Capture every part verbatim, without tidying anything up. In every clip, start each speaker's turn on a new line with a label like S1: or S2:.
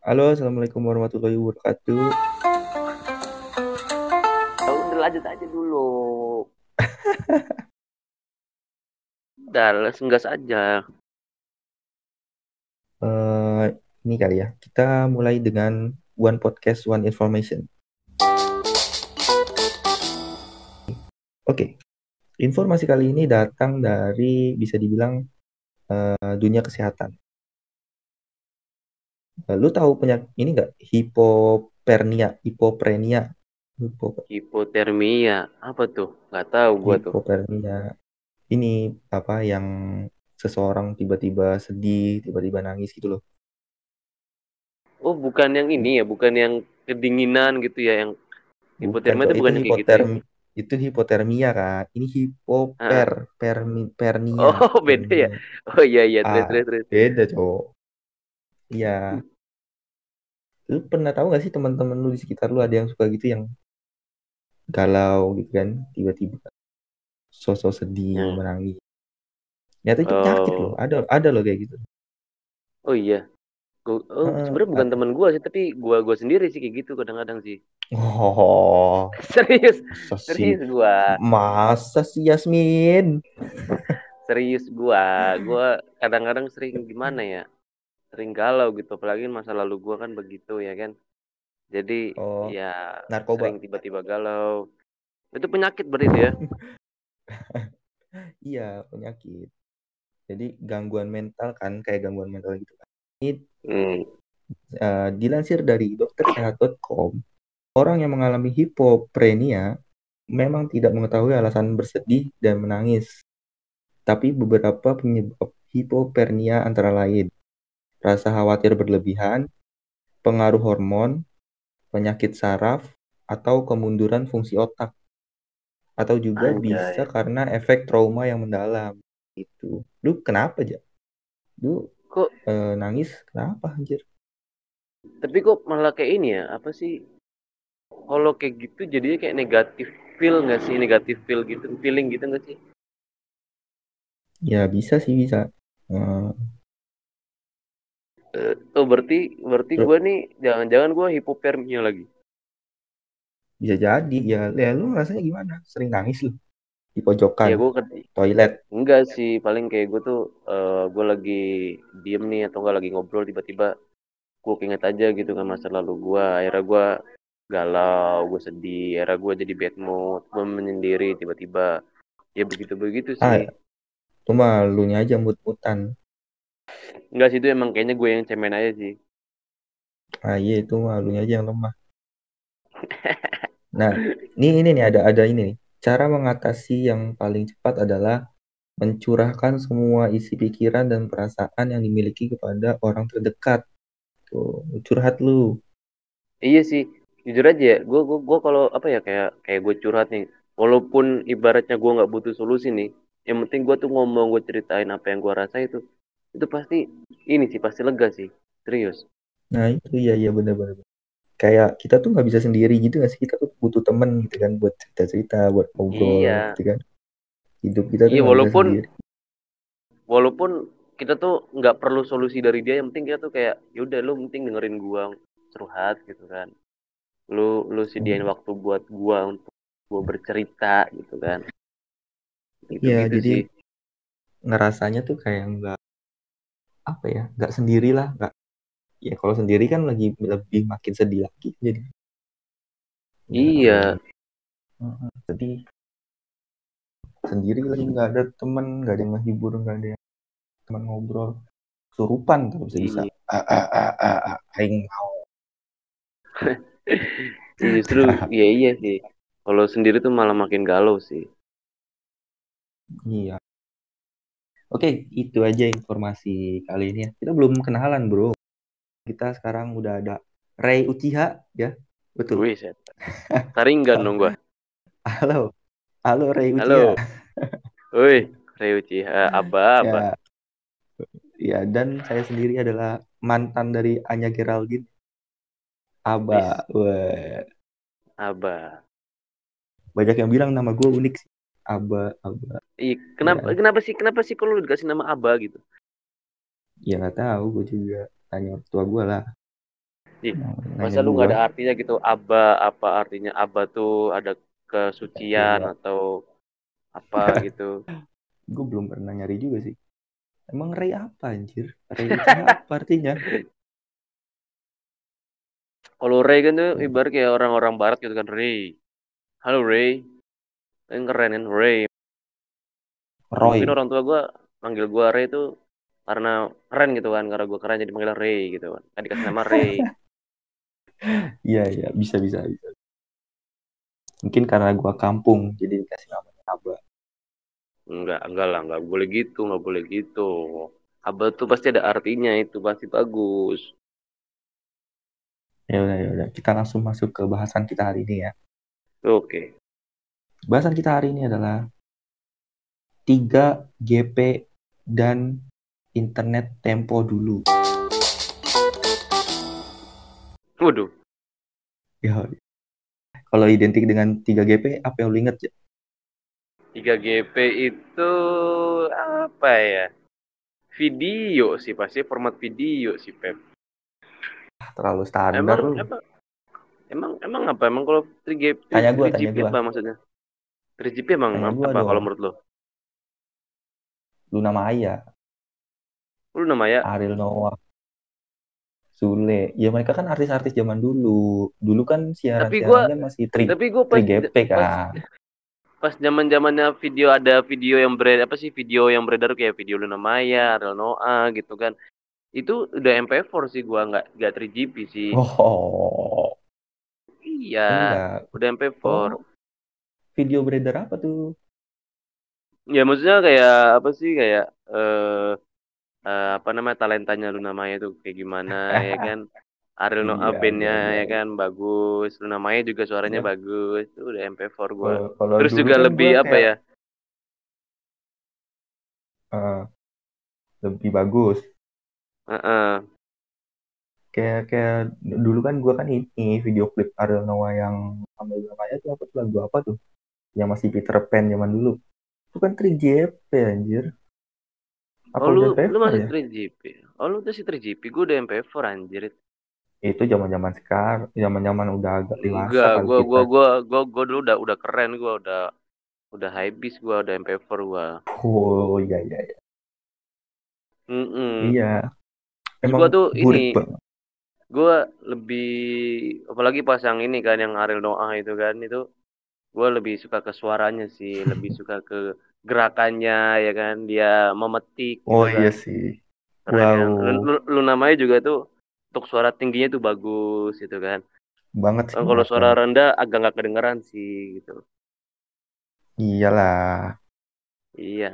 S1: Halo, Assalamualaikum warahmatullahi wabarakatuh.
S2: Ya udah lanjut aja dulu. Udah, gas aja.
S1: Eh, ini kali ya, kita mulai dengan One Podcast, One Information. Oke, informasi kali ini datang dari, bisa dibilang, eh, dunia kesehatan. Eh, Lu tahu penyakit ini nggak? Hipopernia, hipoprenia, Hipo-
S2: Hipotermia. Apa tuh? Nggak tahu gua tuh.
S1: hipopernia. Ini apa yang seseorang tiba-tiba sedih, tiba-tiba nangis gitu loh.
S2: Oh, bukan yang ini ya, bukan yang kedinginan gitu ya, yang
S1: Bukan,
S2: hipotermia
S1: Cok.
S2: itu
S1: Itu
S2: bukan yang kayak gitu ya.
S1: hipotermi itu hipotermia kan. Ini hipoper
S2: Heeh.
S1: permi, pernia,
S2: Oh, beda ya.
S1: pernia.
S2: Oh iya iya, terus
S1: Ah,
S2: terus terus.
S1: beda, Cok. Iya. Lu pernah tahu gak sih teman-teman lu di sekitar lu ada yang suka gitu yang galau gitu kan, tiba-tiba sosok sedih,
S2: Yang
S1: menangis. Ternyata itu penyakit loh.
S2: oh
S1: Ada ada loh kayak gitu.
S2: oh iya. Gua, oh
S1: Heeh,
S2: sebenarnya bukan
S1: ada.
S2: teman gua sih, tapi gua gua sendiri sih kayak gitu kadang-kadang sih.
S1: Oh,
S2: Serius,
S1: masa sih?
S2: serius gua.
S1: Masa sih Yasmin?
S2: Serius gua. Gua kadang-kadang sering gimana ya? Sering galau gitu, apalagi masa lalu gua kan begitu ya kan. Jadi
S1: Oh,
S2: ya sering
S1: narkoba.
S2: tiba-tiba galau. Itu penyakit berarti itu ya?
S1: Iya, penyakit. Jadi gangguan mental kan, kayak gangguan mental gitu kan. Ini
S2: Hmm.
S1: eh, dilansir dari dokter sehat titik com, orang yang mengalami hipoprenia memang tidak mengetahui alasan bersedih dan menangis, tapi beberapa penyebab hipopernia antara lain rasa khawatir berlebihan, pengaruh hormon, penyakit saraf, atau kemunduran fungsi otak, atau juga bisa
S2: Anjay.
S1: karena efek trauma yang mendalam. Itu. Lu kenapa aja? Lu
S2: Kok
S1: eh, nangis kenapa anjir?
S2: tapi kok malah kayak ini ya? Apa sih? Kalau kayak gitu jadinya kayak negatif feel nggak sih? Negatif feel gitu, feeling gitu nggak sih?
S1: Ya bisa sih bisa. Eh,
S2: Eh, oh berarti berarti
S1: Terus
S2: gue nih jangan-jangan gue hipopermia lagi.
S1: bisa jadi ya, ya lu rasanya gimana? Sering nangis lu di pojokan
S2: Ya gue kan
S1: toilet.
S2: enggak sih, paling kayak gue tuh eh, gue lagi diem nih atau enggak lagi ngobrol tiba-tiba gue keinget aja gitu kan masa lalu gue, akhirnya gue galau, gue sedih, akhirnya gue jadi bad mood, gue menyendiri tiba-tiba, ya begitu begitu
S1: Ah,
S2: sih.
S1: itu mah lu nya aja mut-mutan.
S2: Enggak sih, itu emang kayaknya gue yang cemen aja sih.
S1: Ah iya, itu mah lu nya aja yang lemah. Nah, ini ini nih ada ada ini nih. Cara mengatasi yang paling cepat adalah mencurahkan semua isi pikiran dan perasaan yang dimiliki kepada orang terdekat. Tuh, lu curhat lu.
S2: Iya sih, jujur aja ya, gue gue gue kalau apa ya, kayak kayak gue curhat nih, walaupun ibaratnya gue nggak butuh solusi nih, yang penting gue tuh ngomong, gue ceritain apa yang gue rasa itu itu pasti ini sih, pasti lega sih, serius.
S1: Nah, itu ya ya bener-bener. Kayak kita tuh nggak bisa sendiri gitu nggak sih? Kita tuh butuh temen gitu kan buat cerita-cerita, buat ngobrol
S2: Iya,
S1: gitu kan. Hidup kita tuh
S2: iya,
S1: nggak bisa
S2: walaupun
S1: sendiri.
S2: walaupun kita tuh nggak perlu solusi dari dia, yang penting kita tuh kayak ya udah, lu penting dengerin gua curhat gitu kan, lu lu sediain
S1: Hmm.
S2: waktu buat gua untuk gua bercerita gitu kan, gitu
S1: Iya,
S2: gitu
S1: jadi
S2: sih.
S1: ngerasanya tuh kayak nggak apa ya, nggak sendirilah, nggak. Ya kalau sendiri kan lagi lebih makin sedih lagi. Jadi ya
S2: Iya,
S1: heeh, sedih sendiri lagi nggak ada temen, nggak ada yang ngehibur, nggak ada yang teman ngobrol. Kesurupan tuh bisa-bisa.
S2: iya.
S1: Ah, ah, ah, ah, ah, aing mau.
S2: Sih justru ya iya sih. Kalau sendiri tuh malah makin galau sih.
S1: Iya. Oke, itu aja informasi kali ini ya. Kita belum kenalan, bro. Kita sekarang udah ada Ray Uchiha, ya. Betul.
S2: Wih, set. Taringgan dong gua.
S1: Halo, halo Ray Uchiha.
S2: Halo. Wih, Ryuchi. Eh, apa apa?
S1: Ya, ya. Dan saya sendiri adalah mantan dari Anya Geraldine.
S2: Wis,
S1: Aba, wah.
S2: Aba.
S1: Banyak yang bilang nama gue unik sih. Aba, Aba.
S2: Ih, kenapa
S1: Ya,
S2: kenapa sih kenapa sih kalau lu dikasih nama Aba gitu?
S1: ya nggak tahu. Gue juga tanya orang tua gue lah.
S2: Ih,
S1: Nanya
S2: masa lu nggak
S1: gua.
S2: ada artinya gitu? Aba apa artinya? Aba tuh ada kesucian
S1: Iya,
S2: atau apa gitu?
S1: gue belum pernah nyari juga sih. Emang Ray apa anjir? Ray Uchiha apa artinya?
S2: Kalau Ray kan tuh ibarat kayak orang-orang barat gitu kan, Ray. Halo Ray, kan keren kan Ray. Mungkin
S1: Roy.
S2: orang tua gue manggil gue Ray itu karena keren gitu kan, karena gue keren jadi manggil Ray gitu kan. Kan dikasih nama Ray.
S1: Iya, iya, bisa, bisa, bisa. Mungkin karena gua kampung, jadi dikasih namanya Aba.
S2: Enggak, enggak lah, enggak boleh gitu, enggak boleh gitu. Aba tuh pasti ada artinya itu, pasti bagus.
S1: Ya udah, ya udah. Kita langsung masuk ke bahasan kita hari ini ya.
S2: Oke.
S1: Bahasan kita hari ini adalah tiga G P dan internet tempo dulu.
S2: Waduh,
S1: Ya, kalau identik dengan tiga G P, apa yang lu inget ya?
S2: tiga G P itu apa ya? Video sih, pasti format video sih, Pep.
S1: Ah, terlalu standar
S2: Emang,
S1: lu.
S2: emang, emang, emang apa? Emang kalau tiga G P,
S1: Tanya gua, tanya
S2: tiga G P
S1: gua.
S2: apa maksudnya? tiga G P emang
S1: Tanya gua
S2: apa kalau
S1: dong.
S2: menurut lo?
S1: Luna Maya,
S2: Lu namanya?
S1: Ariel Noah, Sule. Ya mereka kan artis-artis zaman dulu. Dulu kan
S2: Tapi
S1: siaran-siaran
S2: gua,
S1: kan masih tri,
S2: tapi gua
S1: tri
S2: pas
S1: G P
S2: pas
S1: kan.
S2: pas zaman zamannya video ada video yang beredar apa sih video yang beredar kayak video Luna Maya, Ariel Noah gitu kan. Itu udah M P empat sih gua nggak nggak tiga G P sih.
S1: Oh,
S2: Iya,
S1: enggak.
S2: udah M P empat.
S1: Oh, video beredar apa tuh?
S2: Ya maksudnya kayak apa sih kayak eh eh, apa namanya talentanya Luna Maya itu kayak gimana ya kan. Ariel Noah
S1: Iya,
S2: bandnya
S1: iya, iya,
S2: ya
S1: iya.
S2: kan bagus. Luna Maya juga suaranya
S1: Ya,
S2: bagus. Itu udah M P empat gua.
S1: kalau kalau
S2: Terus
S1: dulu
S2: juga
S1: kan
S2: lebih
S1: gue
S2: apa
S1: kayak
S2: ya?
S1: eh, lebih bagus.
S2: Heeh.
S1: Kayak kayak dulu kan gue kan ini video klip Ariel Noah yang sama Luna Maya tuh apa tuh lagu apa tuh? Yang masih Peter Pan zaman dulu. Itu kan tiga G P anjir. Apa
S2: Oh lu
S1: udah
S2: lu
S1: Pepper
S2: masih
S1: ya?
S2: tiga G P. Oh lu masih tiga G P. Gua udah M P empat anjir.
S1: Itu zaman-zaman sekarang, zaman-zaman udah agak dewasa
S2: Enggak,
S1: kali
S2: gua
S1: kita.
S2: gua gua gua gua dulu udah udah keren gua udah udah high bis gua udah M P empat gua.
S1: Oh iya iya iya.
S2: Mm
S1: Iya,
S2: Terus
S1: emang
S2: gua tuh
S1: burik
S2: ini
S1: banget.
S2: gua lebih apalagi pas yang ini kan yang Ariel Noah itu kan itu gua lebih suka ke suaranya sih, lebih suka ke gerakannya ya kan dia memetik
S1: Oh
S2: gitu
S1: iya
S2: kan.
S1: sih.
S2: Keren
S1: Wow,
S2: kan. Lu, lu, lu namanya juga tuh untuk suara tingginya tuh bagus gitu kan.
S1: banget sih
S2: Eh, Kalau
S1: banget
S2: suara
S1: banget.
S2: rendah agak nggak kedengeran sih gitu.
S1: Iyalah.
S2: Iya.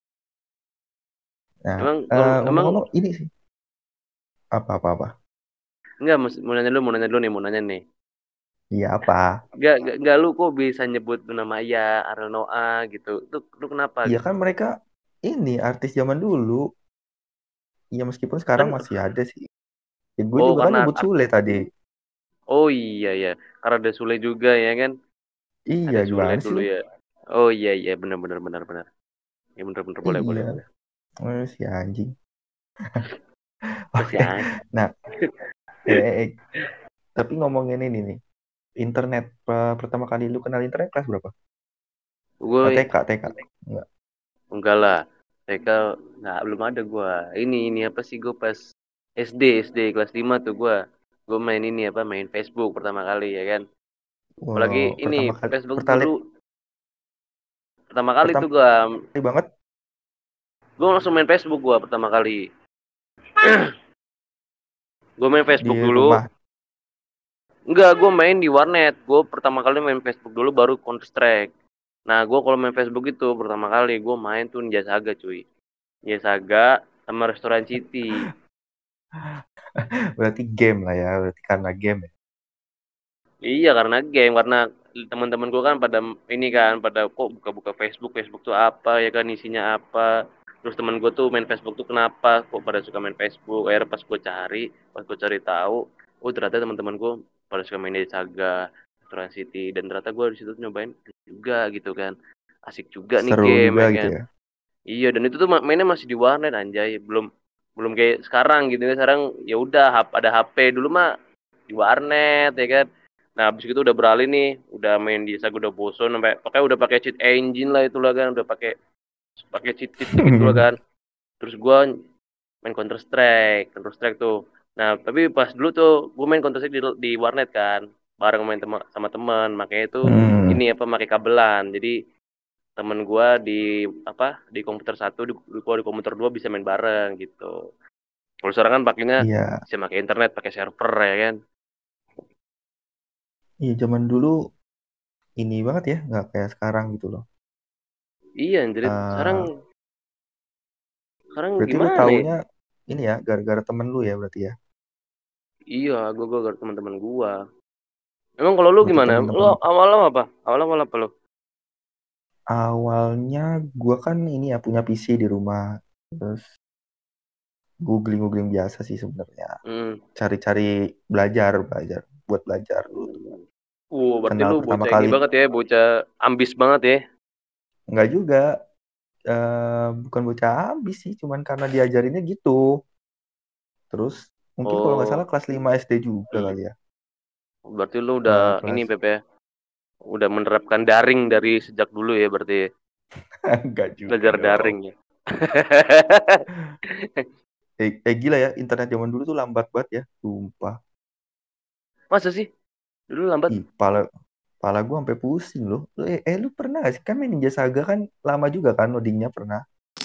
S1: Nah,
S2: Emang kalau
S1: eh,
S2: emang
S1: ngomong-ngomong ini sih apa-apa-apa.
S2: enggak mas- mau nanya dulu mau nanya dulu nih mau nanya nih.
S1: Iya apa?
S2: Enggak enggak, enggak lu kok bisa nyebut Luna Maya, Ariel Noah gitu. Itu lu kenapa
S1: Iya
S2: gitu?
S1: kan mereka ini artis zaman dulu. Iya meskipun sekarang
S2: Kan
S1: masih ada sih. Ya, gue
S2: oh
S1: juga kan
S2: karena
S1: nyebut
S2: art-
S1: Sule tadi.
S2: oh iya ya. Karena ada Sule juga ya kan.
S1: Iya
S2: Ada Sule
S1: gimana sih
S2: dulu
S1: lu?
S2: ya. Oh iya iya benar benar benar benar. Ya benar benar boleh boleh
S1: Iya.
S2: boleh.
S1: Oh, si anjing.
S2: Masih
S1: Oke.
S2: aja.
S1: Nah, eh, eh, eh, tapi ngomongin ini nih. Internet eh, pertama kali lu kenal internet kelas berapa? Eh,
S2: Gue
S1: T K, T K. Enggak.
S2: enggak lah. Mereka nggak belum ada gua. Ini ini apa sih gue pas S D S D kelas lima tuh gua gue main ini apa main Facebook pertama kali ya kan. Apalagi
S1: Wow,
S2: ini
S1: pertama kali
S2: Facebook
S1: pertama
S2: dulu pertama kali
S1: pertama
S2: tuh gua
S1: kali banget
S2: gua langsung main Facebook gua pertama kali. Gua main
S1: di
S2: Facebook dulu.
S1: rumah.
S2: Enggak, gua main di warnet. Gua pertama kali main Facebook dulu baru Counter Strike. Nah, gua kalau main Facebook itu pertama kali gua main tuh Ninja Saga cuy. Ninja Saga sama Restoran City.
S1: Berarti game lah ya, berarti karena game ya.
S2: Iya karena game karena teman-teman gue kan pada ini kan pada kok buka-buka Facebook Facebook tuh apa ya kan isinya apa terus teman gue tuh main Facebook tuh kenapa kok pada suka main Facebook akhirnya pas gue cari pas gue cari tahu oh ternyata teman-teman gue pada suka main di Saga Trans City dan ternyata gue di situ tuh nyobain juga gitu kan asik juga nih
S1: Seru
S2: game
S1: juga
S2: ya
S1: gitu
S2: kan
S1: ya.
S2: iya dan itu tuh mainnya masih di warnet anjay belum belum kayak sekarang gitu ya sekarang ya udah ada H P dulu mah di warnet ya kan. Nah habis itu udah beralih nih, udah main di Saga udah bosan sampai pakai udah pakai cheat engine lah itulah kan, udah pakai pakai cheat cheat gitu lah kan. Terus gue main Counter Strike, Counter Strike tuh. Nah tapi pas dulu tuh gue main Counter Strike di, di warnet kan, bareng main tema, sama teman, makanya itu
S1: Hmm,
S2: ini apa pakai kabelan. Jadi temen gue di apa di komputer satu, di, gua di komputer dua bisa main bareng gitu. Kalau sekarang kan pakainya
S1: iya,
S2: bisa pakai internet, pakai server ya kan.
S1: iya zaman dulu ini banget ya, nggak kayak sekarang gitu loh.
S2: Iya, jadi sekarang
S1: Eh,
S2: sekarang
S1: berarti lu
S2: gimana ya?
S1: taunya ini ya, gara-gara temen lu ya berarti ya.
S2: Iya, gue gue teman-teman gua. Emang kalau lu
S1: Berarti
S2: gimana? Lu
S1: temen-temen
S2: awal-awal apa? Awal-awal apa lu?
S1: awalnya gua kan ini ya punya P C di rumah. Terus googling-googling biasa sih sebenarnya.
S2: Hmm.
S1: Cari-cari belajar, belajar, buat belajar dulu tuh.
S2: Uh, berarti
S1: Kenal
S2: lu
S1: pertama
S2: bocah ini
S1: kali,
S2: banget ya, bocah ambis banget ya.
S1: nggak juga, eh, bukan bocah ambis sih, cuman karena diajarinnya gitu. Terus mungkin kalau nggak salah
S2: Oh,
S1: kelas lima S D juga
S2: hmm.
S1: kali ya.
S2: Berarti lu udah
S1: Eh,
S2: ini
S1: kelas
S2: Pepe, ya, udah menerapkan daring dari sejak dulu ya berarti. Ya?
S1: nggak juga
S2: Belajar
S1: dong.
S2: daring ya.
S1: Eh, eh, gila ya, internet zaman dulu tuh lambat banget ya, sumpah.
S2: Masa sih? Dulu lambat.
S1: Ih, pala, pala gue sampai pusing loh. Lu- Eh, eh, lu pernah gak sih? Kan main Ninja Saga kan lama juga kan loadingnya pernah.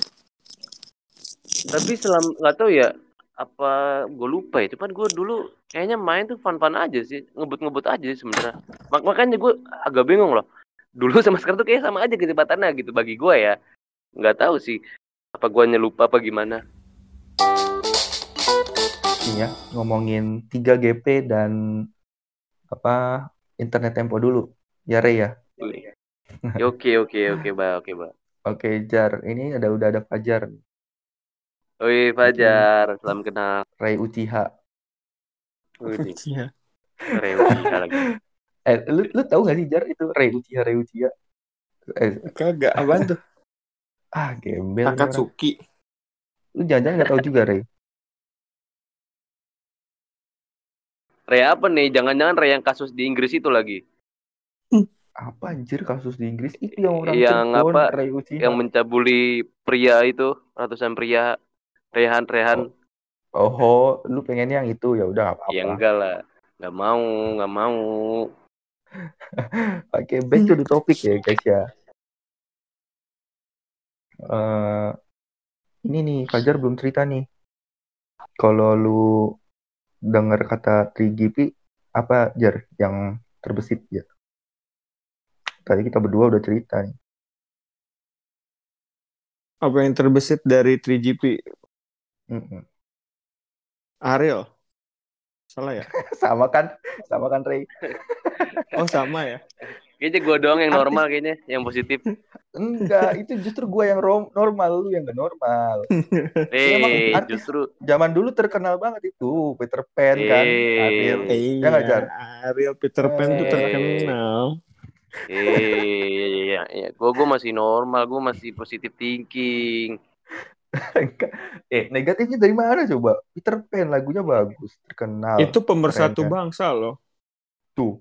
S2: Tapi selam nggak tahu ya apa gue lupa ya. Cuman gue dulu kayaknya main tuh fun-fun aja sih, ngebut-ngebut aja sih sebenarnya. Mak makanya gue agak bingung loh. Dulu sama sekarang tuh kayak sama aja kecepatannya gitu bagi gue ya. Nggak tahu sih apa gue lupa apa gimana.
S1: Ini ya, ngomongin tiga G P dan apa internet tempo dulu. Ya, Rey ya.
S2: Oke oke oke ba oke ba.
S1: Oke, Jar. Ini ada udah ada Fajar.
S2: Wih
S1: Ini
S2: Fajar, salam kenal.
S1: Ray Uchiha.
S2: Wih,
S3: Iya.
S2: Reuchiha lagi.
S1: Eh, lu lu tahu gak sih Jar itu Ray Uchiha, Ray Uchiha? Eh,
S3: Kagak, apaan tuh?
S1: ah, gembel nih orang.
S3: Akatsuki.
S1: Lu jangan-jangan nggak tahu juga, Ray.
S2: Ray apa nih? Jangan-jangan Ray yang kasus di Inggris itu lagi.
S1: Apa anjir kasus di Inggris itu yang orang
S2: Yang
S1: Cirebon,
S2: apa?
S1: Ray
S2: Yang
S1: Uchiha.
S2: mencabuli pria itu, ratusan pria, rehan-rehan.
S1: Oh, oh, lu pengennya yang itu ya udah nggak
S2: Ya
S1: apa-apa.
S2: enggak lah. Nggak mau, nggak mau.
S1: Oke, back to the topic ya guys ya. Eh, ini nih Fajar belum cerita nih. Kalau lu dengar kata tiga G P apa Jar yang terbesit ya? Tadi kita berdua udah cerita nih.
S3: Apa yang terbesit dari tiga G P?
S1: Mm-mm.
S3: Ariel. Salah ya?
S1: Sama kan, sama kan Ray.
S3: Oh, sama ya?
S2: Kayaknya gue doang yang
S1: Artis
S2: normal kayaknya, yang positif.
S1: enggak, itu justru gue yang rom- normal, lu yang gak normal. Ya emang
S2: Eh,
S1: artis
S2: justru
S1: zaman dulu terkenal banget itu, Peter Pan kan, Ariel.
S2: eh
S1: Ya nggak
S3: Iya,
S1: Jar?
S3: Ariel Peter Pan tuh
S1: Eh,
S2: eh
S3: terkenal.
S2: eh ya ya gue gue masih normal, gue masih positif thinking.
S1: enggak. Eh, negatifnya dari mana coba? Peter Pan lagunya bagus, terkenal,
S3: Itu
S1: keren
S3: pemersatu
S1: kan?
S3: bangsa loh.
S1: Tuh,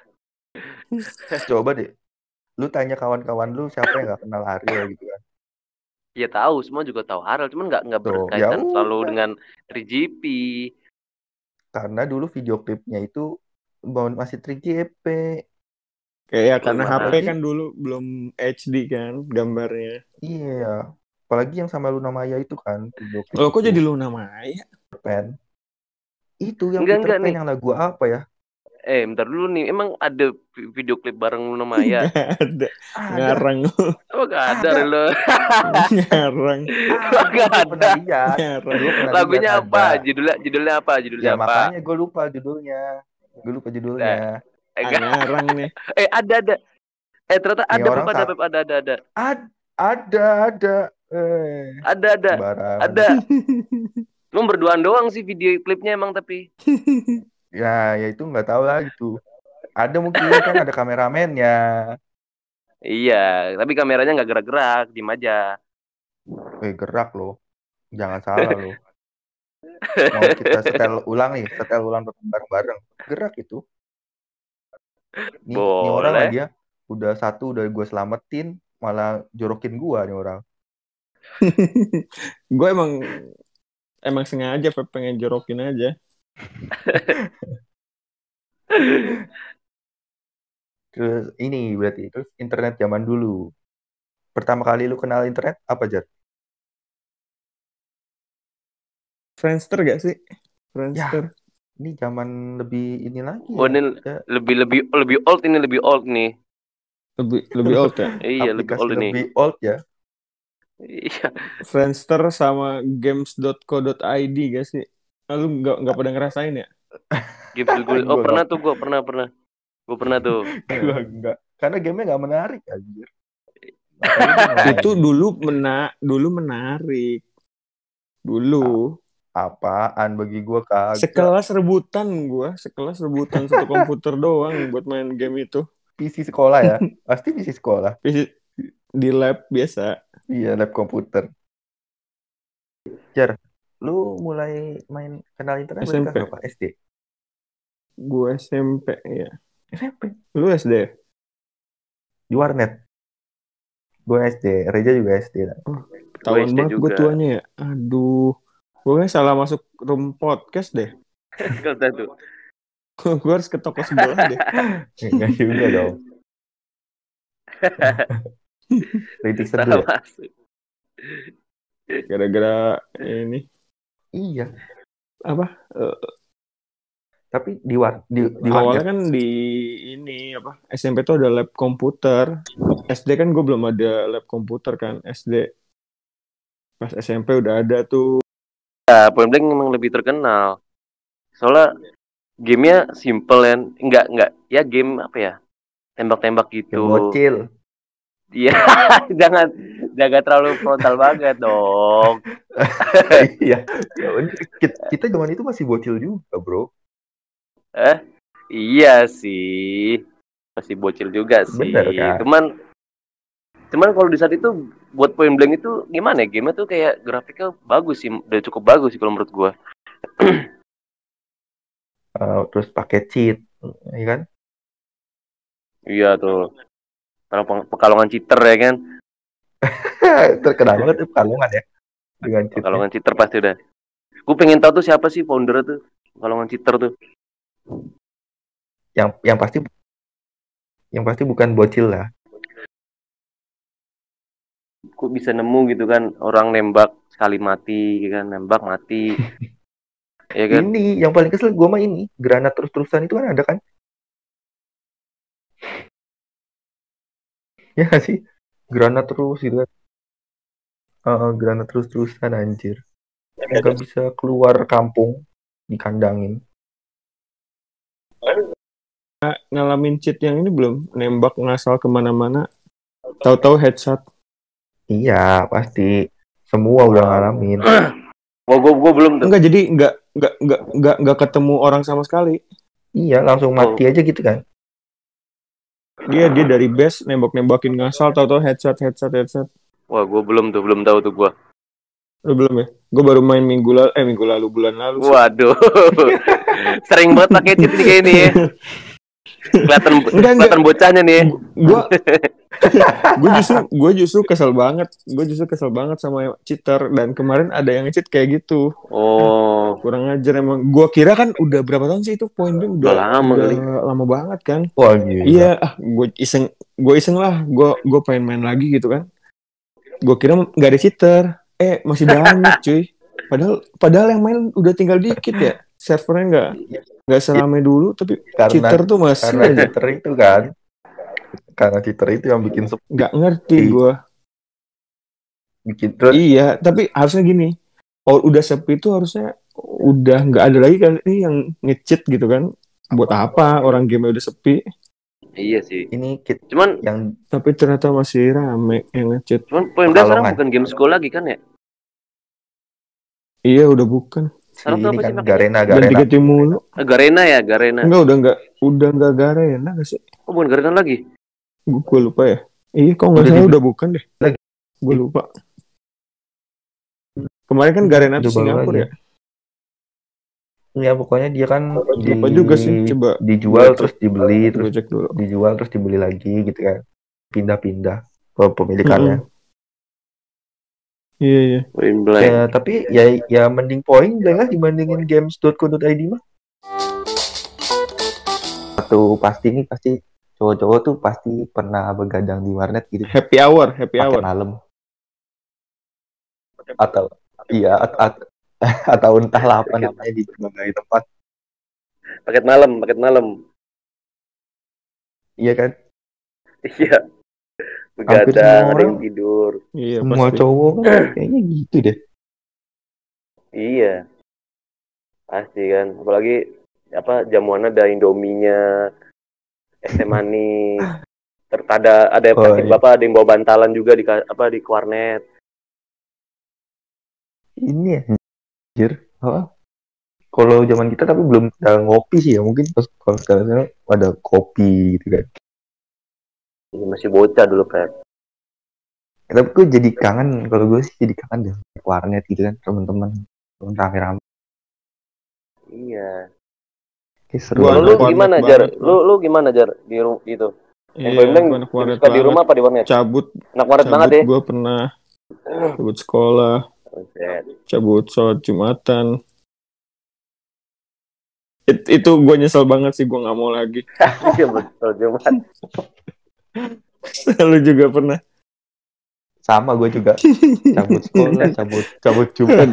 S1: coba deh. Lu tanya kawan-kawan lu siapa yang nggak kenal Ariel gitu kan?
S2: Ya tahu, semua juga tahu Harel, cuman nggak nggak
S1: Tuh, ya
S2: berkaitan selalu
S1: udah.
S2: dengan tiga G P.
S1: Karena dulu video klipnya itu masih tiga G P.
S3: Kayak ya,
S2: Oh,
S3: karena H P
S2: mana?
S3: kan
S1: Apalagi,
S3: dulu belum H D kan gambarnya.
S1: iya. Apalagi yang sama Luna Maya itu kan, video klip
S3: Loh, kok
S1: itu.
S3: jadi Luna Maya?
S1: Peter Pan. Itu yang
S2: Enggak
S1: Peter
S2: enggak
S1: Pan
S2: nih.
S1: yang lagu apa ya?
S2: Eh, bentar dulu nih. Emang ada vi- video klip bareng Luna Maya?
S3: Gak ada.
S1: Ada,
S3: Ngarang.
S2: Oh, gak ada
S1: ada,
S2: lo.
S3: Ngarang.
S1: ada.
S2: Gak
S1: Gue pernah
S2: ada.
S1: lihat.
S3: Ngarang.
S1: Gue pernah lihat
S2: Lagunya apa?
S1: ada.
S2: Judulnya judulnya apa?
S1: Ya
S2: Judulnya apa?
S1: makanya gue lupa judulnya. Gue lupa
S2: Nah,
S1: judulnya.
S2: eh,
S3: Ah,
S2: enggak.
S3: ngarang nih.
S2: Eh, ada ada. Eh, ternyata
S1: Nih
S2: ada Pep,
S1: orang
S2: ada
S1: tak
S2: Pep, ada ada ada.
S1: ad, ada ada. Eh,
S2: Ada ada.
S1: sembarangan.
S2: Ada. Lu berduaan doang sih video klipnya emang tapi.
S1: Ya, ya itu nggak tahu lah gitu. Ada mungkin kan ada kameramennya.
S2: Iya, tapi kameranya nggak gerak-gerak, diem aja.
S1: Eh gerak loh. Jangan salah loh. Mau kita setel ulang nih, setel ulang bareng-bareng. Gerak itu. Nih, nih orang
S2: Boleh.
S1: lagi ya, udah satu udah gue selamatin, malah jorokin gua nih orang.
S3: Gue emang emang sengaja Feb, pengen jorokin aja.
S1: Terus ini berarti terus internet zaman dulu. Pertama kali lu kenal internet apa, Jar?
S3: Friendster gak sih?
S1: Ya,
S3: Friendster.
S1: ini zaman lebih ini lagi
S2: Oh,
S1: ya.
S2: ini
S1: Ya,
S2: lebih lebih lebih old ini lebih old nih.
S3: Lebih lebih old ya.
S2: Iya, lebih
S1: aplikasi
S2: old ini.
S1: lebih old ya.
S2: Iya.
S3: Friendster sama games dot co dot i d gak sih? Ah, lu nggak nggak pada ngerasain ya?
S2: Games gue. Oh,
S1: Gua
S2: pernah
S1: nggak,
S2: tuh gue pernah pernah. Gue pernah tuh.
S1: gua enggak. Karena gamenya nggak menarik anjir. Apalagi main.
S3: Itu dulu mena dulu menarik. Dulu
S1: Apaan bagi gua kagak.
S3: sekelas rebutan gua, sekelas rebutan satu komputer doang buat main game itu.
S1: P C sekolah ya. Pasti P C sekolah.
S3: Di lab biasa.
S1: Iya, lab komputer. Jar, lu mulai main kenal internet
S3: S M
S1: berarti
S3: P.
S1: apa? S D?
S3: Gua S M P ya.
S1: S M P.
S3: Lu S D?
S1: Di warnet. Gue S D, Reja juga S D.
S3: Oh, ketahuan
S2: S D
S3: banget gue
S2: juga.
S3: tuanya ya. Aduh. Gue kayak salah masuk room podcast deh.
S2: Kata tuh.
S3: Gue harus ke toko sebelah deh.
S1: Enggak juga dong. Kritik
S2: Salah
S1: seduh ya?
S2: masuk.
S3: Gara-gara ini.
S1: Iya.
S3: Apa? Uh,
S1: Tapi di war di, di
S3: awalnya
S1: warnet.
S3: kan di ini apa? S M P tuh ada lab komputer. S D kan gue belum ada lab komputer kan. S D. Pas S M P udah ada tuh.
S2: Ya, Point Blank memang lebih terkenal. Soalnya gamenya simple kan. Enggak, enggak. Ya game apa ya? Tembak-tembak
S1: Yang
S2: gitu.
S1: bocil.
S2: Iya, jangan jangan terlalu frontal banget dong.
S1: Iya. kita, kita zaman itu masih bocil juga, bro.
S2: Eh, iya sih. Masih bocil juga sih.
S1: Bener kan?
S2: Cuman cuman kalau di saat itu buat Point Blank itu gimana ya? Game tuh kayak grafiknya bagus sih, udah cukup bagus sih kalau menurut gua.
S1: Uh, terus pakai cheat, ya kan?
S2: Iya tuh. Kalau Pekalongan cheater ya kan?
S1: Terkenal banget tuh Pekalongan ya. Dengan cheatnya.
S2: Pekalongan cheater pasti udah. Gue pengen tahu tuh siapa sih founder tuh Pekalongan cheater tuh.
S1: Yang yang pasti yang pasti bukan bocil lah.
S2: Kok bisa nemu gitu kan orang nembak sekali mati, kan nembak mati. Ya kan?
S1: Ini yang paling kesel gue mah ini granat terus-terusan itu kan ada kan? Ya gak sih? Granat terus gitu kan? Uh, granat terus-terusan anjir. Nggak bisa keluar kampung dikandangin.
S3: Ngalamin cheat yang ini belum? Nembak ngasal kemana-mana. Tahu-tahu headshot.
S1: Iya pasti. Semua udah ngalamin.
S2: Oh, gue gue belum tuh.
S3: Enggak, jadi enggak enggak enggak enggak enggak ketemu orang sama sekali.
S1: Iya langsung mati
S2: Oh.
S1: aja gitu kan?
S3: Dia dia dari base nembak-nembakin ngasal, tahu-tahu headshot headshot headshot.
S2: Wah, gue belum tuh, belum tahu tuh gue.
S3: Lu belum ya? Gue baru main minggu lalu, eh minggu lalu bulan lalu. Sih.
S2: Waduh, sering banget pakai cheat nih kayak ini ya. Kelihatan kelihatan bocahnya nih.
S3: Gue gue justru gue justru kesel banget. Gue justru kesel banget sama cheater, dan kemarin ada yang cheat kayak gitu.
S2: Oh,
S3: kurang ajar emang. Gue kira kan udah berapa tahun sih itu Point Blank, udah,
S2: udah lama
S3: udah
S2: kali.
S3: lama banget kan.
S1: Wah gila.
S3: Iya, ah, gue iseng gue iseng lah. Gue gue pengen main lagi gitu kan. Gue kira nggak ada cheater. Eh masih banyak cuy. Padahal padahal yang main udah tinggal dikit ya. Servernya nggak nggak seramai dulu, tapi
S1: Karena
S3: cheater tuh masih
S1: karena
S3: aja.
S1: cheater itu kan. Karena cheater itu yang bikin sepi.
S3: Nggak ngerti gue.
S1: Bikin terus.
S3: Iya, tapi harusnya gini. Oh, udah sepi itu harusnya udah nggak ada lagi kali yang nge-cheat gitu kan. Buat apa orang game udah sepi?
S2: Iya sih.
S1: Ini kit
S2: Cuman
S1: yang
S3: Tapi ternyata masih rame yang nge-cheat.
S2: cuman Point Blank sekarang
S1: Pekalongan.
S2: bukan game school lagi kan ya?
S3: Iya, udah bukan.
S1: si
S2: Sekarang tuh
S1: ini
S2: apa sih
S1: kan
S2: makanya?
S1: Garena
S3: Dan
S1: Garena.
S3: tiga tim mulu.
S2: Eh, Garena ya, Garena.
S3: Enggak, udah enggak udah enggak Garena enggak sih?
S2: Oh, bukan Garena lagi.
S3: Gue lupa ya. Iya, kok nggak
S1: Udah
S3: salah
S1: di-
S3: udah bukan deh.
S1: Lagi.
S3: Gue lupa. Kemarin kan Garena
S1: Udah
S3: tuh
S1: baru
S3: Singapura
S1: lagi.
S3: ya.
S1: Ya pokoknya dia kan di,
S3: Apa juga sih? Coba
S1: dijual
S3: gua
S1: terus
S3: cek.
S1: dibeli
S3: Gua
S1: terus
S3: cek dulu.
S1: dijual terus dibeli lagi gitu kan. Pindah-pindah pemilikannya.
S3: Mm-mm. Iya, iya.
S2: Point blank.
S1: Ya tapi ya ya mending point blank lah dibandingin games dot co dot id mah. Satu pasti nih pasti cowok-cowok tuh pasti pernah begadang di warnet gitu
S3: Happy hour, happy
S1: paket
S3: hour.
S1: malam atau iya at, at- atau entahlah apa namanya di berbagai tempat.
S2: Paket malam, paket malam.
S1: Iya kan?
S2: Iya,
S1: Hampir semua
S2: begadang, ada
S1: orang,
S2: yang tidur.
S3: Iya,
S1: semua
S3: pasti.
S1: cowok kan kayaknya gitu deh.
S2: Iya, pasti kan. Apalagi apa jamuan ada Indominya, es teh manis. Terus ada ada
S1: Oh,
S2: kasih
S1: iya.
S2: bapak ada yang bawa bantalan juga di ka- apa di warnet.
S1: Ini anjir. Oh. Kalau zaman kita tapi belum ada ngopi sih ya mungkin pas kalau sekarang sekarang ada kopi gitu kan.
S2: Ini masih bocah dulu Pep.
S1: Ya, tapi gue jadi kangen kalau gue sih jadi kangen deh ke warnet gitu kan teman-teman teman rame-rame.
S2: Iya.
S1: Kayak seru
S3: Gua
S2: Kalau
S1: banget.
S2: lu
S3: anak warnet
S2: gimana Jar?
S3: banget,
S2: Lu lu gimana Jar di rumah itu? Yang paling
S3: Iya,
S2: penting
S3: gua anak
S2: lebih
S3: warnet
S2: suka di
S3: banget.
S2: rumah apa di warnet?
S3: Cabut,
S2: Anak warnet banget
S3: cabut
S2: ya.
S3: gua pernah cabut sekolah,
S2: Buset.
S3: cabut sholat Jumatan. It- itu gue nyesel banget sih, gue nggak mau lagi.
S2: Iya betul Jumat.
S3: Lu juga pernah.
S1: Sama gue juga cabut sekolah, cabut cabut Jumat.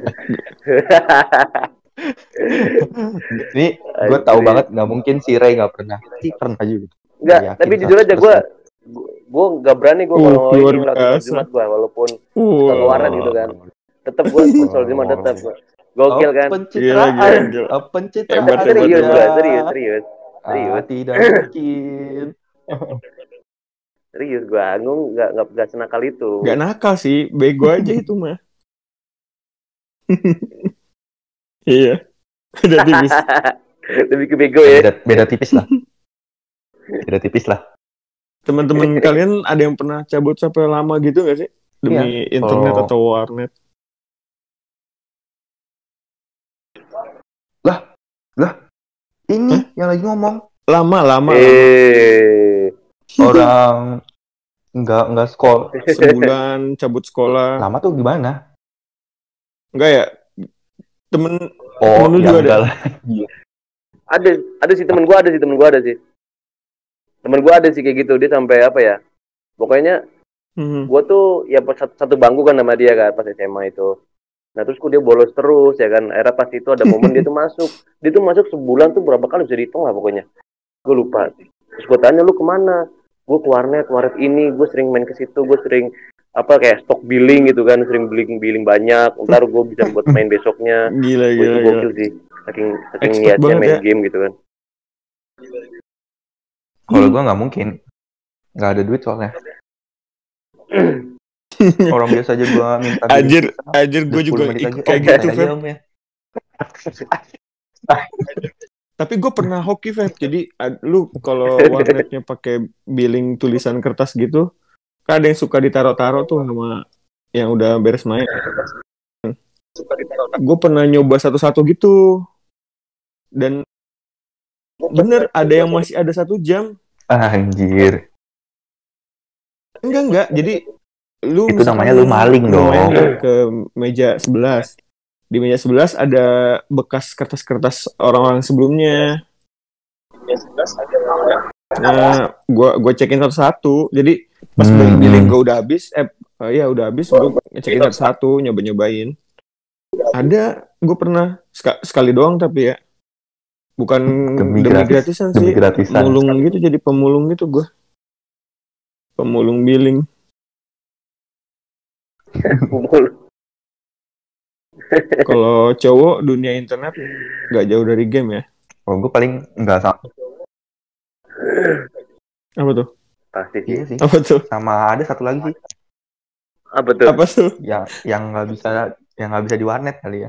S1: Ini gue tahu
S2: Anjir.
S1: banget nggak mungkin si Ray nggak pernah. Si pernah juga.
S2: Enggak,
S1: Gua yakin
S2: tapi jujur aja gue gue nggak berani gue
S3: Uh,
S2: kalau
S3: luar
S2: ini sholat sholat
S3: biasa.
S2: Jumat gue walaupun
S3: Uh,
S2: suka ke warnet gitu kan. Tetap gue sholat Jumat tetap. Gokil kan?
S3: Gila,
S1: Pencitraan,
S3: gila, gila.
S1: oh, pencitraan.
S3: Hebat, hebat,
S2: Serius
S3: hebat.
S2: gue, serius, serius.
S1: Ah,
S2: Serius.
S1: tidak mungkin.
S2: Serius gue, gue nggak nggak nggak senakal itu.
S3: Gak nakal sih, bego aja itu mah. Iya, udah tipis.
S2: Lebih ke bego ya.
S1: Beda, beda tipis lah. Beda tipis lah.
S3: Teman-teman kalian ada yang pernah cabut sampai lama gitu gak sih? Demi
S1: Iya,
S3: internet
S1: kalau-
S3: atau warnet?
S1: Lah, ini yang lagi ngomong
S3: Lama, lama, lama.
S2: Eh,
S1: orang nggak nggak sekolah.
S3: Sebulan cabut sekolah.
S1: Lama tuh gimana?
S3: Enggak ya? Temen,
S1: Oh,
S3: temen lu
S1: ya
S3: juga
S1: enggak
S3: ada?
S1: lah.
S2: ada, ada sih temen gue ada sih temen gue ada sih. Temen gue ada sih kayak gitu dia sampai apa ya? Pokoknya
S3: Hmm.
S2: gue tuh ya pas satu, satu bangku kan sama dia kan pas S M A itu. Nah terus dia bolos terus ya kan. Akhirnya pas itu ada momen dia tuh masuk. Dia tuh masuk sebulan tuh berapa kali bisa dihitung lah pokoknya. Gue lupa. Terus gue tanya lu kemana? Gue ke warnet, warnet ini. Gue sering main ke situ. Gue sering apa kayak stock billing gitu kan. Sering billing billing banyak. Ntar gue bisa buat main besoknya.
S3: Gila,
S2: Gue
S3: gila,
S2: itu
S3: gila.
S2: gokil sih. Saking saking
S3: Expert
S2: niatnya
S3: banget
S2: main
S3: ya.
S2: game gitu kan.
S1: Kalau gue nggak mungkin, nggak ada duit soalnya. Orang biasa aja gue minta duit.
S3: Anjir, anjir gue juga
S1: sepuluh menit
S3: ikut
S1: aja.
S3: kayak
S1: Om,
S3: gitu,
S1: aja,
S3: Feb.
S1: Om, ya.
S3: Tapi gue pernah hoki, Feb. Jadi ad- lu kalau warnetnya pakai billing tulisan kertas gitu, kan ada yang suka ditaro-taro tuh sama yang udah beres main. Gue pernah nyoba satu-satu gitu. Dan bener, ada yang masih ada satu jam.
S1: Anjir.
S3: Enggak, enggak. Jadi lu
S1: Itu
S3: misalkan
S1: namanya lu maling
S3: lu
S1: dong.
S3: main nih ke meja sebelas. Di meja sebelas ada bekas kertas-kertas orang-orang sebelumnya. Nah, gua gua cekin satu-satu. Jadi pas
S1: Hmm.
S3: billing gua udah habis, eh uh, ya udah habis, gua ngecekin satu-satu, nyoba-nyobain. Ada, gua pernah seka- sekali doang tapi ya. Bukan
S1: Demi
S3: demi,
S1: gratis,
S3: gratisan
S1: demi
S3: sih.
S1: gratisan.
S3: Mulung gitu, jadi pemulung gitu gua. Pemulung billing. Kalau cowok dunia internet nggak jauh dari game ya.
S1: Kalau gue paling nggak sama.
S3: Apa tuh?
S2: Pasti
S1: Iya
S2: sih.
S1: sih.
S3: Apa tuh?
S1: Sama ada satu lagi sih
S2: Apa tuh?
S3: Apa tuh?
S1: yang yang nggak bisa yang nggak bisa di warnet kali ya.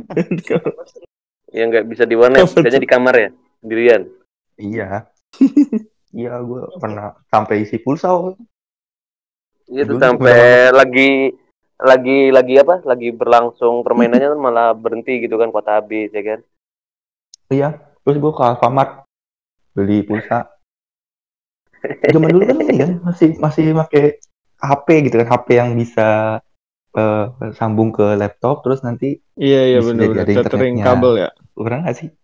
S2: Yang nggak bisa di warnet,
S3: Apa
S2: bisanya
S3: tuh?
S2: di kamar ya, sendirian.
S1: Iya. Iya, gue pernah sampai isi pulsa.
S2: Iya tuh
S1: Dulu tuh
S2: sampai
S1: bener-bener-
S2: lagi lagi lagi apa? Lagi berlangsung permainannya malah berhenti gitu kan kuota habis ya kan.
S1: Iya, terus gue ke Alfamart beli pulsa. Zaman dulu kan ini kan masih masih pakai H P gitu kan, H P yang bisa eh, sambung ke laptop terus nanti
S3: Iya iya
S1: bisa jadi
S3: benar-benar
S1: ada
S3: tethering
S1: internetnya.
S3: kabel ya.
S1: Pernah nggak sih?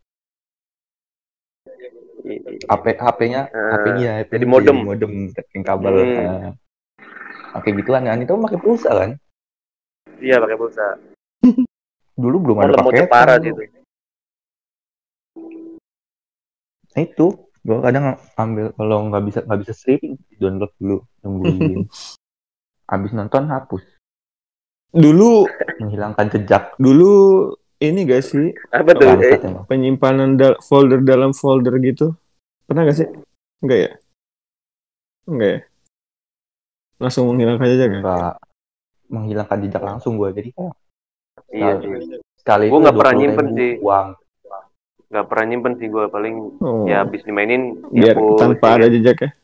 S1: H P H P-nya H P-nya
S2: Eh,
S1: ya, H P-nya
S2: jadi
S1: bisa jadi
S2: modem.
S1: modem tethering kabel.
S2: Hmm,
S1: Eh, pakai gituan kan itu pakai pulsa kan.
S2: iya pakai pulsa.
S1: Dulu belum
S2: Oh,
S1: ada
S2: lemotnya
S1: paketan
S2: parah sih
S1: dulu.
S2: itu.
S1: Nah itu gue kadang ambil kalau nggak bisa nggak bisa streaming download dulu nungguin habis nonton hapus
S3: Dulu
S1: menghilangkan jejak
S3: dulu ini gak sih
S2: Apa tuh?
S3: apa
S2: Eh,
S1: bangsat emang.
S3: penyimpanan da- folder dalam folder gitu? Pernah gak sih? Enggak ya? Enggak ya? Langsung menghilangkan jejak ya?
S1: Nggak menghilangkan jejak langsung gue jadi kayak
S2: iya
S1: sekali,
S2: sih.
S1: sekali
S2: Gue
S1: itu udah
S2: nggak
S1: dua
S2: pernah
S1: puluh
S2: nyimpen
S1: ribu
S2: sih.
S1: uang.
S2: Nggak pernah nyimpen sih gue, paling ya
S3: Oh,
S2: habis dimainin
S3: biar
S2: dihapus
S3: tanpa
S2: ya
S3: ada
S2: kan.
S3: jejak ya?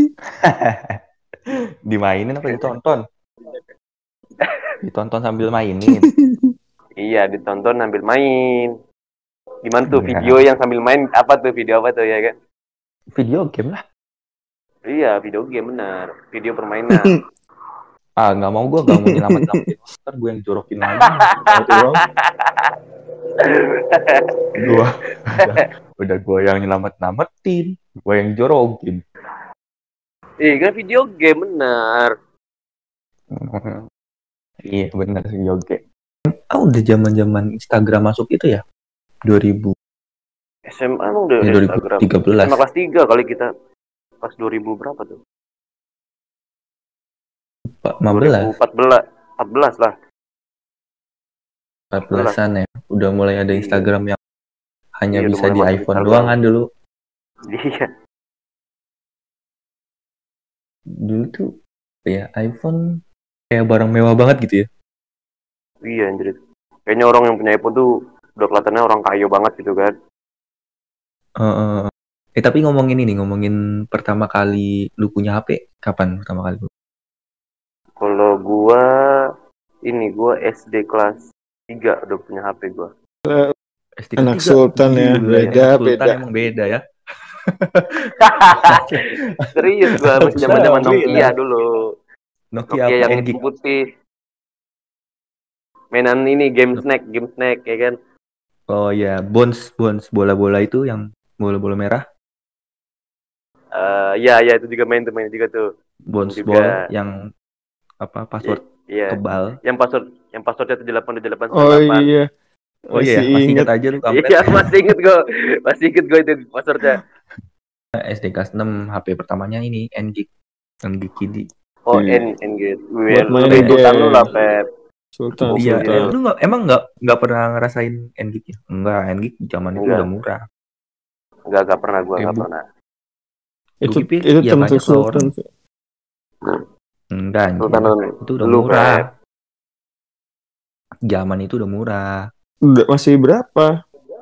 S1: Dimainin apa ditonton? Ditonton sambil mainin.
S2: Iya, ditonton sambil main. Gimana tuh video
S1: Ya,
S2: yang sambil main, apa tuh video apa tuh ya kan?
S1: video game lah.
S2: Iya, video game benar. Video permainan.
S1: Ah nggak mau gue nggak mau nyelamat nyelamatin ntar gue yang jorokin lagi nyelamatin orang. Gue udah udah gue yang nyelamat nyelamatin gue yang jorokin.
S2: Iya kan video game benar.
S1: Iya benar sih Yoge. Ah udah zaman-zaman Instagram masuk itu ya dua ribu
S2: S M A emang udah
S1: ya
S2: ada Instagram.
S1: dua ribu tiga belas
S2: S M A kelas tiga kali kita. Pas dua ribu berapa tuh?
S1: lima belas
S2: dua ribu empat belas. empat belas lah.
S1: empat belasan ya udah mulai ada
S2: Iya.
S1: Instagram yang hanya
S2: Iya, udah
S1: bisa
S2: mulai
S1: di
S2: masuk
S1: iPhone
S2: Instagram.
S1: doang kan dulu.
S2: Iya.
S1: Dulu tuh ya iPhone kayak barang mewah banget gitu ya.
S2: Iya anjir. Kayaknya orang yang punya iPhone tuh udah kelihatannya orang kaya banget gitu kan.
S1: Uh, eh tapi ngomongin ini ngomongin pertama kali lu punya H P kapan pertama kali lu?
S2: Kalau gua ini gua S D kelas tiga udah punya H P gua.
S1: S D
S3: Anak
S1: ketiga.
S3: Sultan ya,
S1: Gila,
S3: beda
S1: anak Sultan
S3: beda.
S1: emang beda ya.
S2: Serius gua
S1: Anak
S2: masih
S1: Sultan
S2: zaman-zaman
S1: emang beda.
S2: Nokia dulu.
S1: Nokia
S2: Nokia
S1: apa
S2: yang
S1: N-Gig?
S2: hitam putih. Mainan ini game snack, game snack ya kan.
S1: Oh ya, Bones, Bones bola-bola itu yang bola-bola merah.
S2: Eh ya ya itu juga main tuh main juga tuh. Main
S1: Bones
S2: juga.
S1: ball yang apa password
S2: Iya.
S1: kebal.
S2: Yang password yang passwordnya tujuh delapan tujuh delapan sembilan
S3: Oh
S2: delapan.
S3: iya,
S1: Oh iya
S3: masih
S1: ya, masih
S3: inget.
S1: ingat aja lu kampret.
S2: Iya masih inget gue, masih inget gue itu passwordnya.
S1: S D kelas enam H P pertamanya ini N-Gig. N-Gig Kidi.
S2: Oh N N gitu.
S3: Buat
S2: Lu
S3: main
S2: kayak Sultan lu lah
S3: game.
S2: Pep.
S3: Sultan,
S1: Iya,
S2: Gokil
S1: eh,
S3: Sultan.
S1: lu nggak emang nggak nggak pernah ngerasain N-Gig ya? Enggak, N-Gig zaman itu
S2: Enggak.
S1: udah murah.
S2: Enggak enggak pernah gue enggak
S1: Ibu,
S2: pernah.
S3: Itu
S1: Bukipik,
S3: itu
S1: ya
S3: termasuk
S1: banyak lah
S3: Sultan.
S1: orang. Enggak anjir,
S2: Sultan
S1: itu udah
S2: lu
S1: murah.
S2: Pep.
S1: Zaman itu udah murah.
S3: Udah masih berapa?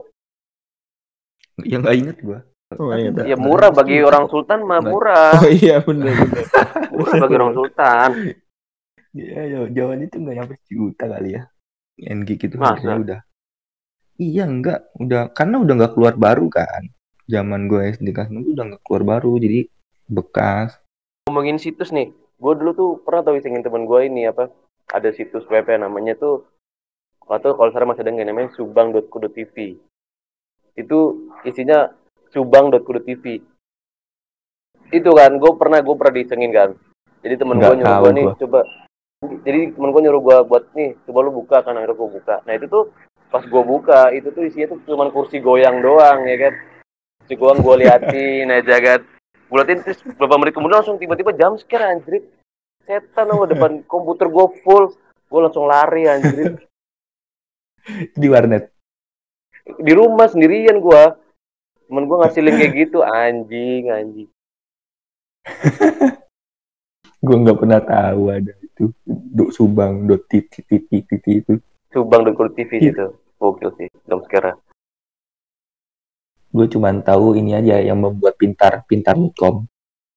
S1: Ya nggak inget gua.
S3: Oh,
S1: Tapi
S3: ingat.
S1: nggak-
S2: Ya
S1: nggak
S2: murah
S1: ratus
S2: bagi
S1: juta
S2: orang
S1: kok.
S2: Sultan mah
S1: Nggak-
S2: murah.
S3: Oh iya bener bener.
S2: Murah bagi orang Sultan.
S1: Iya, ya, zaman itu nggak nyampe sejuta kali ya. N-Gig itu
S2: Masa?
S1: harganya udah. Iya enggak, udah karena udah nggak keluar baru kan. Zaman gue S D kelas enam tuh udah nggak keluar baru, jadi bekas.
S2: Ngomongin situs nih, gue dulu tuh pernah tau isengin temen gue ini apa? Ada situs web namanya tuh, atau kalau sekarang masih ada nggak namanya subang dot co dot t v. Itu isinya subang dot co dot t v. Itu kan, gue pernah gue pernah disengin kan. Jadi temen gue
S1: Nggak
S2: nyuruh
S1: tahu
S2: gue nih
S1: gua.
S2: coba. Jadi temen gue nyuruh gue buat nih, coba lu buka kan, akhirnya gue buka. Nah itu tuh pas gue buka, itu tuh isinya tuh cuma kursi goyang doang ya kan. Kursi goyang gue liatin aja kan. Gue liatin terus beberapa menit kemudian langsung tiba-tiba jam scare anjir. Setan loh depan komputer gue full. Gue langsung lari anjir.
S1: Di warnet.
S2: Di rumah sendirian gue. Temen gue ngasih link kayak gitu, anjing, anjing.
S1: Gue nggak pernah tahu ada itu. Dok Subang, dot titi titi titi itu.
S2: Subang dot co dot t v gitu. Gokil sih, jam scare.
S1: Gue cuma tahu ini aja yang membuat pintar, pintar dot com.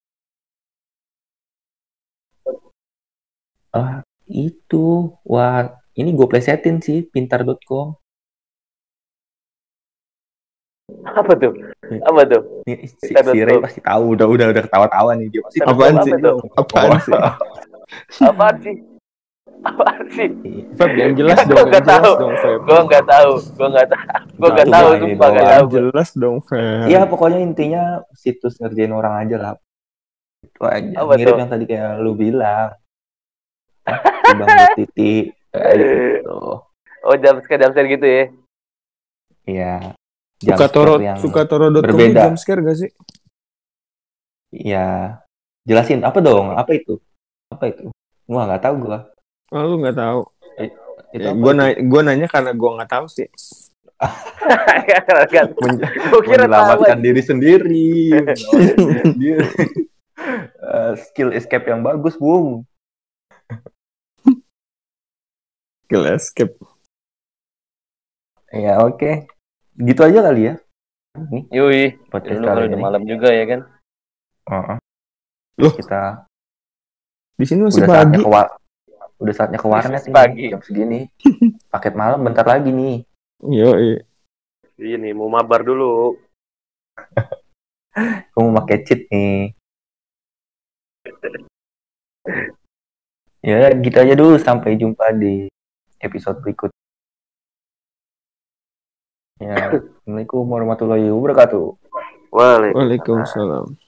S1: Ah, itu. Wah, ini gue plesetin sih, pintar dot com.
S2: Apa tuh? Apa tuh?
S1: Nih, si,
S2: Kita
S1: si Ray
S2: tutup.
S1: pasti tahu, udah udah udah ketawa-tawa nih dia pasti.
S2: Kita
S3: Apaan
S2: tutup
S3: sih?
S2: apa tuh?
S3: Apaan sih?
S2: Apaan sih? Apaan sih?
S3: Feb yang jelas
S2: Gue
S3: dong,
S2: nggak
S3: yang jelas
S2: tahu.
S3: dong, Feb.
S2: Gue nggak tahu. Gue nggak tahu. Gue nggak
S1: Cuma
S2: tahu.
S1: ini
S2: Sumpah nggak
S1: doang.
S2: tahu.
S3: Yang
S2: Gua.
S3: jelas dong, Feb.
S1: Iya, pokoknya intinya situs ngerjain orang aja lah. Itu aja.
S2: Apa
S1: Mirip
S2: tuh?
S1: yang tadi kayak lu bilang. Si Bang Bud Titi kayak gitu.
S2: Oh jam scare jam scare gitu ya?
S1: Iya.
S3: Sukatoro,
S1: Jumpscare yang
S3: Sukatoro dot com
S1: berbeda.
S3: jam scare gak sih?
S1: Iya. Jelasin apa dong? Apa itu? Apa itu? Gua nggak tahu gua.
S3: Oh, lu nggak tahu.
S1: Eh, itu
S3: Ya,
S1: apa
S3: gue
S1: itu?
S3: na- gua nanya karena gue nggak tahu sih.
S1: Men-
S2: Gue kira tahu.
S1: menyelamatkan diri sendiri. Dia uh, skill escape yang bagus, Bung.
S3: Skill escape.
S1: Ya oke. Gitu aja kali ya. Nih,
S2: Yui.
S1: podcast
S2: Lu
S1: kali
S2: kalau
S1: ini.
S2: udah malam juga ya kan?
S1: Uh-uh.
S3: Loh,
S1: Kita
S3: di sini masih
S1: udah saatnya
S3: pagi.
S1: ke wa- udah saatnya ke warnet
S2: Masih
S1: ini,
S2: pagi.
S1: jam segini. Paket malam bentar lagi nih.
S3: Yo, iya.
S2: Ini mau mabar dulu.
S1: Aku mau pakai cheat nih. Ya gitu aja dulu. Sampai jumpa di episode berikut. Ya, Assalamualaikum warahmatullahi wabarakatuh.
S2: Waalaikumsalam.
S3: Waalaikumsalam.